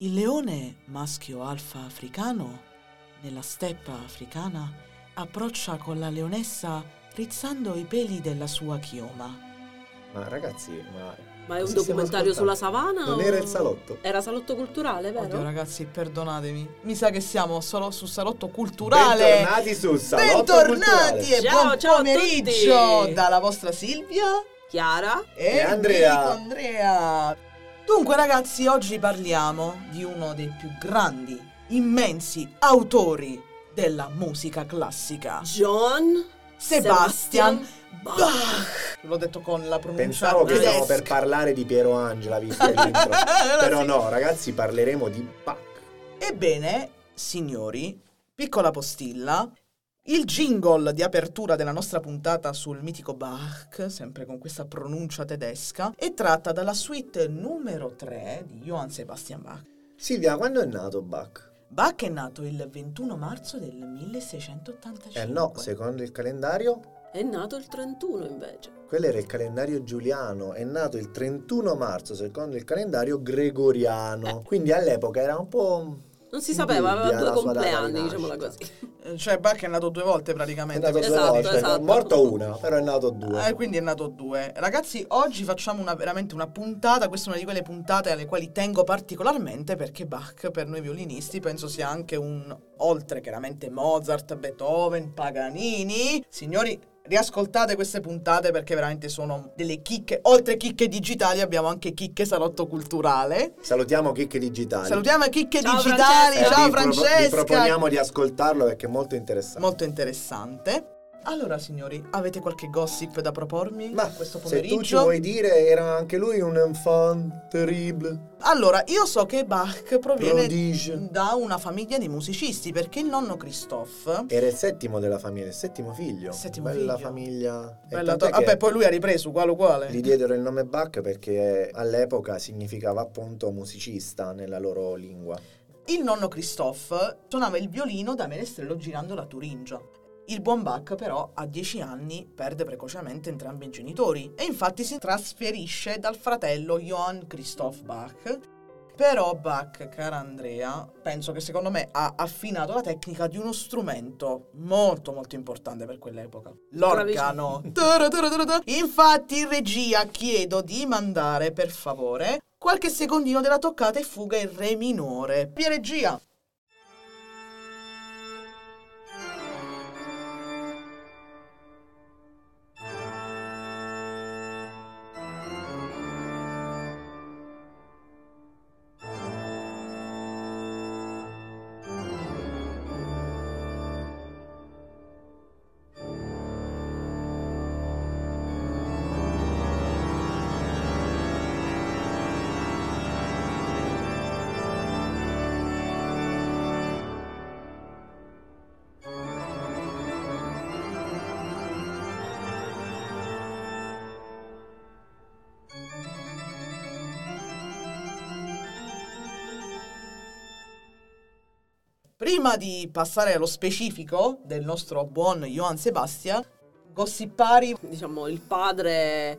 Il leone maschio alfa africano, nella steppa africana, approccia con la leonessa rizzando i peli della sua chioma. Ma ragazzi, Ma è un documentario sulla savana? Non era il salotto? Era salotto culturale, vero? Oddio ragazzi, perdonatemi. Mi sa che siamo solo su salotto culturale. Bentornati sul salotto Bentornati culturale. e Ciao, buon ciao a pomeriggio tutti. dalla vostra Silvia Chiara? e Andrea. Andrea. Dunque ragazzi, oggi parliamo di uno dei più grandi, immensi autori della musica classica, John Sebastian Bach. L'ho detto con la pronuncia Pensavo che tedesca. stiamo per parlare di Piero Angela, visto l'intro. Però no, ragazzi, parleremo di Bach. Ebbene, signori, piccola postilla, il jingle di apertura della nostra puntata sul mitico Bach, sempre con questa pronuncia tedesca, è tratta dalla suite numero 3 di Johann Sebastian Bach. Silvia, quando è nato Bach? Bach è nato il 21 marzo del 1685. No, secondo il calendario, È nato il 31 invece. quello era il calendario giuliano, è nato il 31 marzo secondo il calendario gregoriano. Quindi all'epoca era un po'... Non si sapeva, aveva dubbia due la sua data di compleanni, diciamola nascita. così. Cioè Bach è nato 2 volte È praticamente. nato due Esatto, volte, esatto. è morto una, però è nato due. Quindi è nato 2. Ragazzi, oggi facciamo veramente una puntata. Questa è una di quelle puntate alle quali tengo particolarmente, perché Bach per noi violinisti penso sia anche oltre chiaramente Mozart, Beethoven, Paganini. Signori, riascoltate queste puntate perché veramente sono delle chicche. Oltre chicche digitali abbiamo anche chicche salotto culturale. Salutiamo Chicche Digitali. Salutiamo Chicche Ciao, digitali. Francesca. Ciao Vi Francesca. proponiamo di ascoltarlo perché è molto interessante. Molto interessante. Allora signori, avete qualche gossip da propormi Ma questo se tu ci pomeriggio? vuoi dire, era anche lui un enfant terrible, Allora, io so che Bach proviene prodige. da una famiglia di musicisti, perché il nonno Christophe... Era il settimo della famiglia, il settimo figlio. Settimo Bella figlio. famiglia. E Bella tant'è Vabbè, che poi lui ha ripreso uguale. gli diedero il nome Bach perché all'epoca significava appunto musicista nella loro lingua. Il nonno Christophe suonava il violino da menestrello girando la Turingia. Il buon Bach però a 10 anni perde precocemente entrambi i genitori e infatti si trasferisce dal fratello Johann Christoph Bach. Però Bach, cara Andrea, penso che secondo me ha affinato la tecnica di uno strumento molto molto importante per quell'epoca, l'organo. Infatti in regia chiedo di mandare per favore qualche secondino della toccata e fuga in re minore. Via regia! Prima di passare allo specifico del nostro buon Johann Sebastian, gossipari. Diciamo, il padre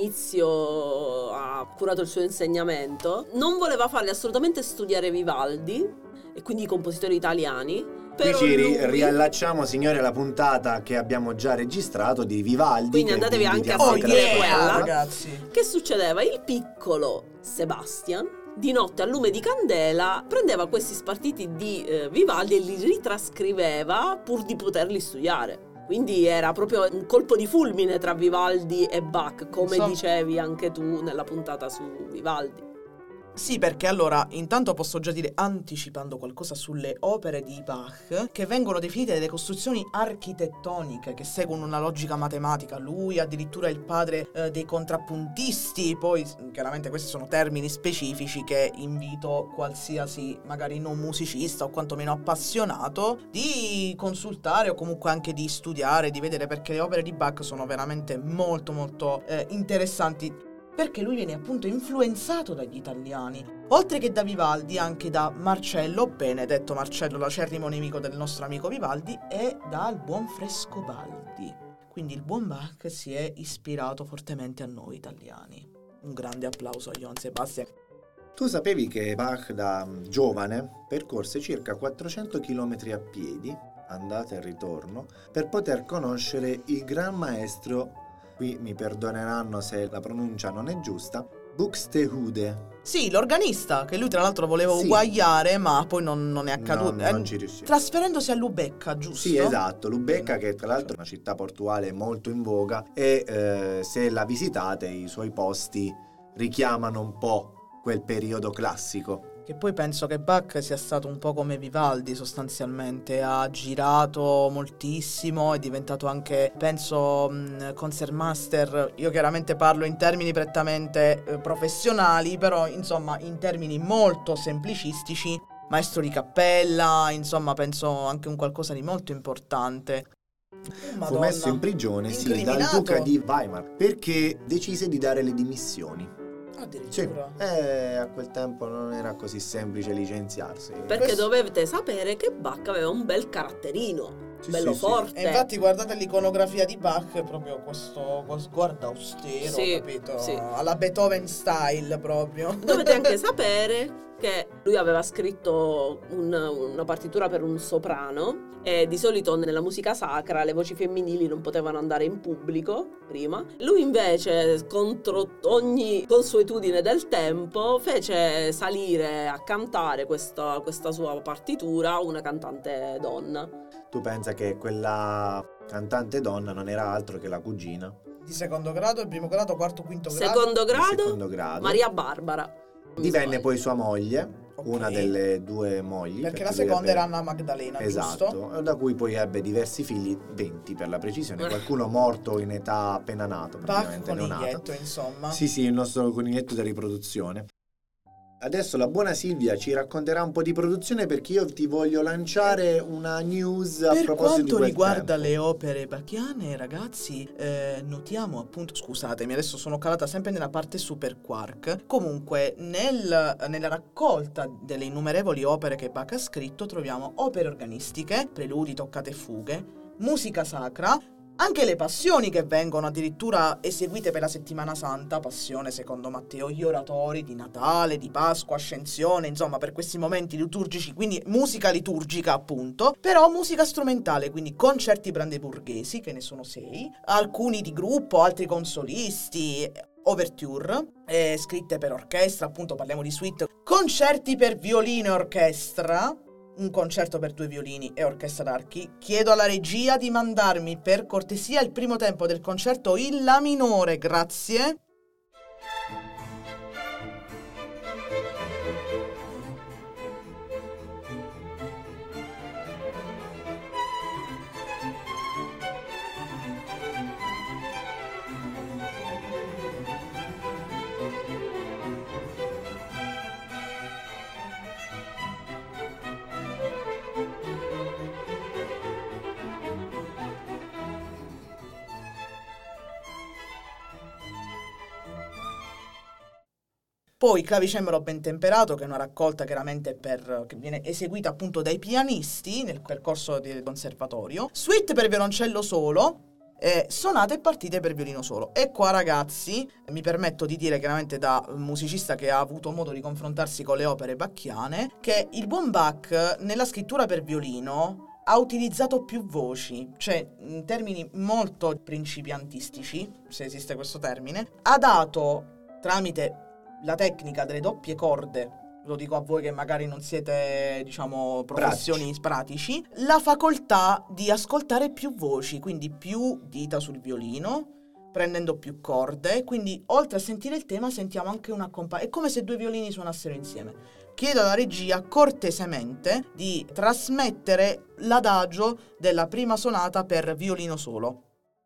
all'inizio ha curato il suo insegnamento. Non voleva fargli assolutamente studiare Vivaldi e quindi i compositori italiani. Qui Però ci lui... riallacciamo, signore, alla puntata che abbiamo già registrato di Vivaldi. Quindi che andatevi vi anche a invitiamo sentire ascoltare. quella. Ragazzi. Che succedeva? Il piccolo Sebastian di notte a lume di candela prendeva questi spartiti di Vivaldi e li ritrascriveva pur di poterli studiare. Quindi era proprio un colpo di fulmine tra Vivaldi e Bach, come dicevi anche tu nella puntata su Vivaldi. Sì, perché allora, intanto posso già dire, anticipando qualcosa sulle opere di Bach, che vengono definite delle costruzioni architettoniche che seguono una logica matematica. Lui addirittura è il padre dei contrappuntisti. Poi chiaramente questi sono termini specifici che invito qualsiasi magari non musicista o quantomeno appassionato di consultare o comunque anche di studiare, di vedere, perché le opere di Bach sono veramente molto molto interessanti, perché lui viene appunto influenzato dagli italiani, oltre che da Vivaldi anche da Marcello, Benedetto Marcello, l'acerrimo nemico del nostro amico Vivaldi, e dal buon Frescobaldi. Quindi il buon Bach si è ispirato fortemente a noi italiani. Un grande applauso a Johann Sebastian. Tu sapevi che Bach da giovane percorse circa 400 km a piedi, andata e ritorno, per poter conoscere il gran maestro, qui mi perdoneranno se la pronuncia non è giusta, Buxtehude. Sì, l'organista, che lui tra l'altro voleva Sì. uguagliare, ma poi non è accaduto. Non ci riuscì. Trasferendosi a Lubecca, giusto? Sì, esatto, Lubecca, che tra l'altro è una città portuale molto in voga, e se la visitate i suoi posti richiamano un po' quel periodo classico. Che poi penso che Bach sia stato un po' come Vivaldi sostanzialmente, ha girato moltissimo, è diventato anche, penso, concertmaster. Io chiaramente parlo in termini prettamente professionali, però insomma in termini molto semplicistici, maestro di cappella, insomma penso anche un qualcosa di molto importante. Fu messo in prigione, sì, dal Incriminato. duca di Weimar, perché decise di dare le dimissioni. Sì, Addirittura. a quel tempo non era così semplice licenziarsi. Perché Questo- dovete sapere che Bach aveva un bel caratterino, Sì, bello sì, sì. forte. E infatti guardate l'iconografia di Bach, è proprio questo sguardo austero, Sì, capito? sì. Alla Beethoven style proprio. Dovete anche sapere che lui aveva scritto una partitura per un soprano e di solito nella musica sacra le voci femminili non potevano andare in pubblico prima. Lui invece, contro ogni consuetudine del tempo, fece salire a cantare questa sua partitura una cantante donna. Tu pensa che quella cantante donna non era altro che la cugina Di secondo grado, primo grado, quarto, quinto grado. Secondo di grado, secondo grado. Maria Barbara. Non mi Divenne sbaglio. poi sua moglie, Ok. una delle due mogli. Perché la lui seconda ebbe- era Anna Magdalena, giusto? Esatto, da cui poi ebbe diversi figli, 20 per la precisione, qualcuno morto in età appena nato, Bach praticamente neonato. coniglietto, insomma. Sì, sì, il nostro coniglietto da riproduzione. Adesso la buona Silvia ci racconterà un po' di produzione, perché io ti voglio lanciare una news a Per proposito di quanto quel riguarda tempo. le opere bachiane, ragazzi, notiamo appunto, scusatemi, adesso sono calata sempre nella parte super quark. Comunque, nella raccolta delle innumerevoli opere che Bach ha scritto, troviamo opere organistiche, preludi, toccate e fughe, musica sacra, anche le passioni che vengono addirittura eseguite per la settimana santa, passione secondo Matteo, gli oratori di Natale, di Pasqua, Ascensione, insomma per questi momenti liturgici, quindi musica liturgica appunto, però musica strumentale, quindi concerti brandeburghesi, che ne sono 6, alcuni di gruppo, altri con solisti, overture, scritte per orchestra, appunto parliamo di suite, concerti per violino e orchestra, un concerto per 2 violini e orchestra d'archi. Chiedo alla regia di mandarmi per cortesia il primo tempo del concerto in la minore, grazie. Poi Clavicembalo ben temperato, che è una raccolta chiaramente che viene eseguita appunto dai pianisti nel percorso del conservatorio. Suite per violoncello solo, sonate e partite per violino solo. E qua, ragazzi, mi permetto di dire chiaramente da musicista che ha avuto modo di confrontarsi con le opere bacchiane, che il buon Bach nella scrittura per violino ha utilizzato più voci, cioè in termini molto principiantistici, se esiste questo termine, ha dato tramite la tecnica delle doppie corde, lo dico a voi che magari non siete, diciamo, professionisti pratici, la facoltà di ascoltare più voci, quindi più dita sul violino, prendendo più corde, quindi oltre a sentire il tema sentiamo anche un accompagno, è come se 2 violini suonassero insieme. Chiedo alla regia cortesemente di trasmettere l'adagio della prima sonata per violino solo.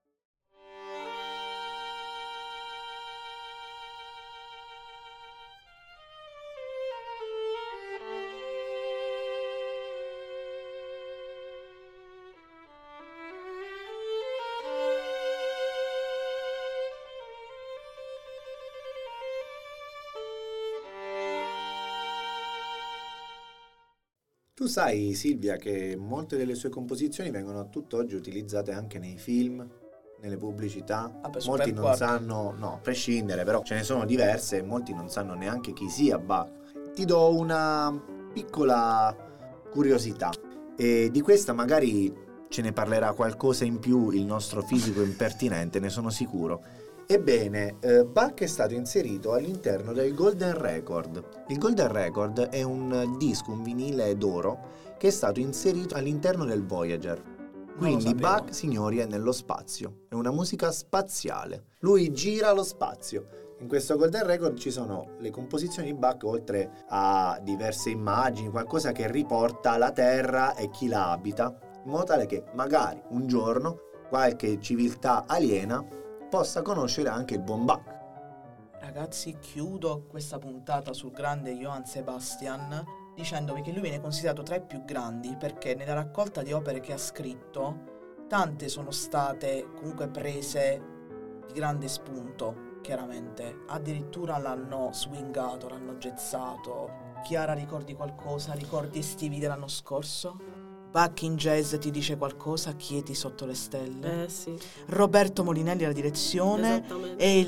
Tu sai, Silvia, che molte delle sue composizioni vengono a tutt'oggi utilizzate anche nei film, nelle pubblicità. Vabbè, Molti non Superquark. sanno, no, a prescindere, però ce ne sono diverse e molti non sanno neanche chi sia Bach. Ti do una piccola curiosità e di questa magari ce ne parlerà qualcosa in più il nostro fisico impertinente, ne sono sicuro. Ebbene, Bach è stato inserito all'interno del Golden Record. Il Golden Record è un disco, un vinile d'oro che è stato inserito all'interno del Voyager. Quindi sapevo. Bach, signori, è nello spazio, è una musica spaziale. Lui gira lo spazio. In questo Golden Record ci sono le composizioni di Bach, oltre a diverse immagini, qualcosa che riporta la Terra e chi la abita, in modo tale che magari un giorno qualche civiltà aliena possa conoscere anche il buon Bach. Ragazzi, chiudo questa puntata sul grande Johann Sebastian dicendovi che lui viene considerato tra i più grandi perché nella raccolta di opere che ha scritto tante sono state comunque prese di grande spunto, chiaramente. Addirittura l'hanno swingato, l'hanno gezzato. Chiara, ricordi qualcosa? Ricordi estivi dell'anno scorso? Bach in jazz ti dice qualcosa? Chieti sotto le stelle. Sì. Roberto Molinelli alla direzione Esattamente. e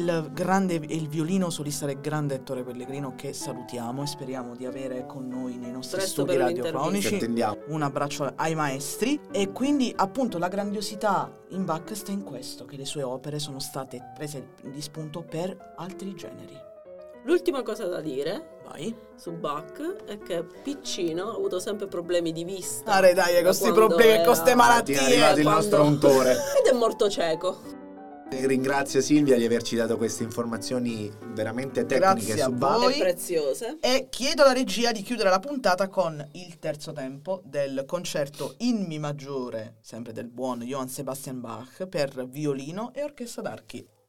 il violino solista del grande Ettore Pellegrino, che salutiamo e speriamo di avere con noi nei nostri Presto studi per Ci radiofonici. attendiamo. Un abbraccio ai maestri. E quindi appunto la grandiosità in Bach sta in questo, che le sue opere sono state prese di spunto per altri generi. L'ultima cosa da dire Vai. su Bach è che piccino ha avuto sempre problemi di vista. Dai, con da questi quando problemi e era- con ste È malattie. arrivato il nostro quando- untore. Ed è morto cieco. Ringrazio Silvia di averci dato queste informazioni veramente tecniche Grazie a su Bach. voi. E preziose. E chiedo alla regia di chiudere la puntata con il terzo tempo del concerto in Mi maggiore, sempre del buon Johann Sebastian Bach, per violino e orchestra d'archi.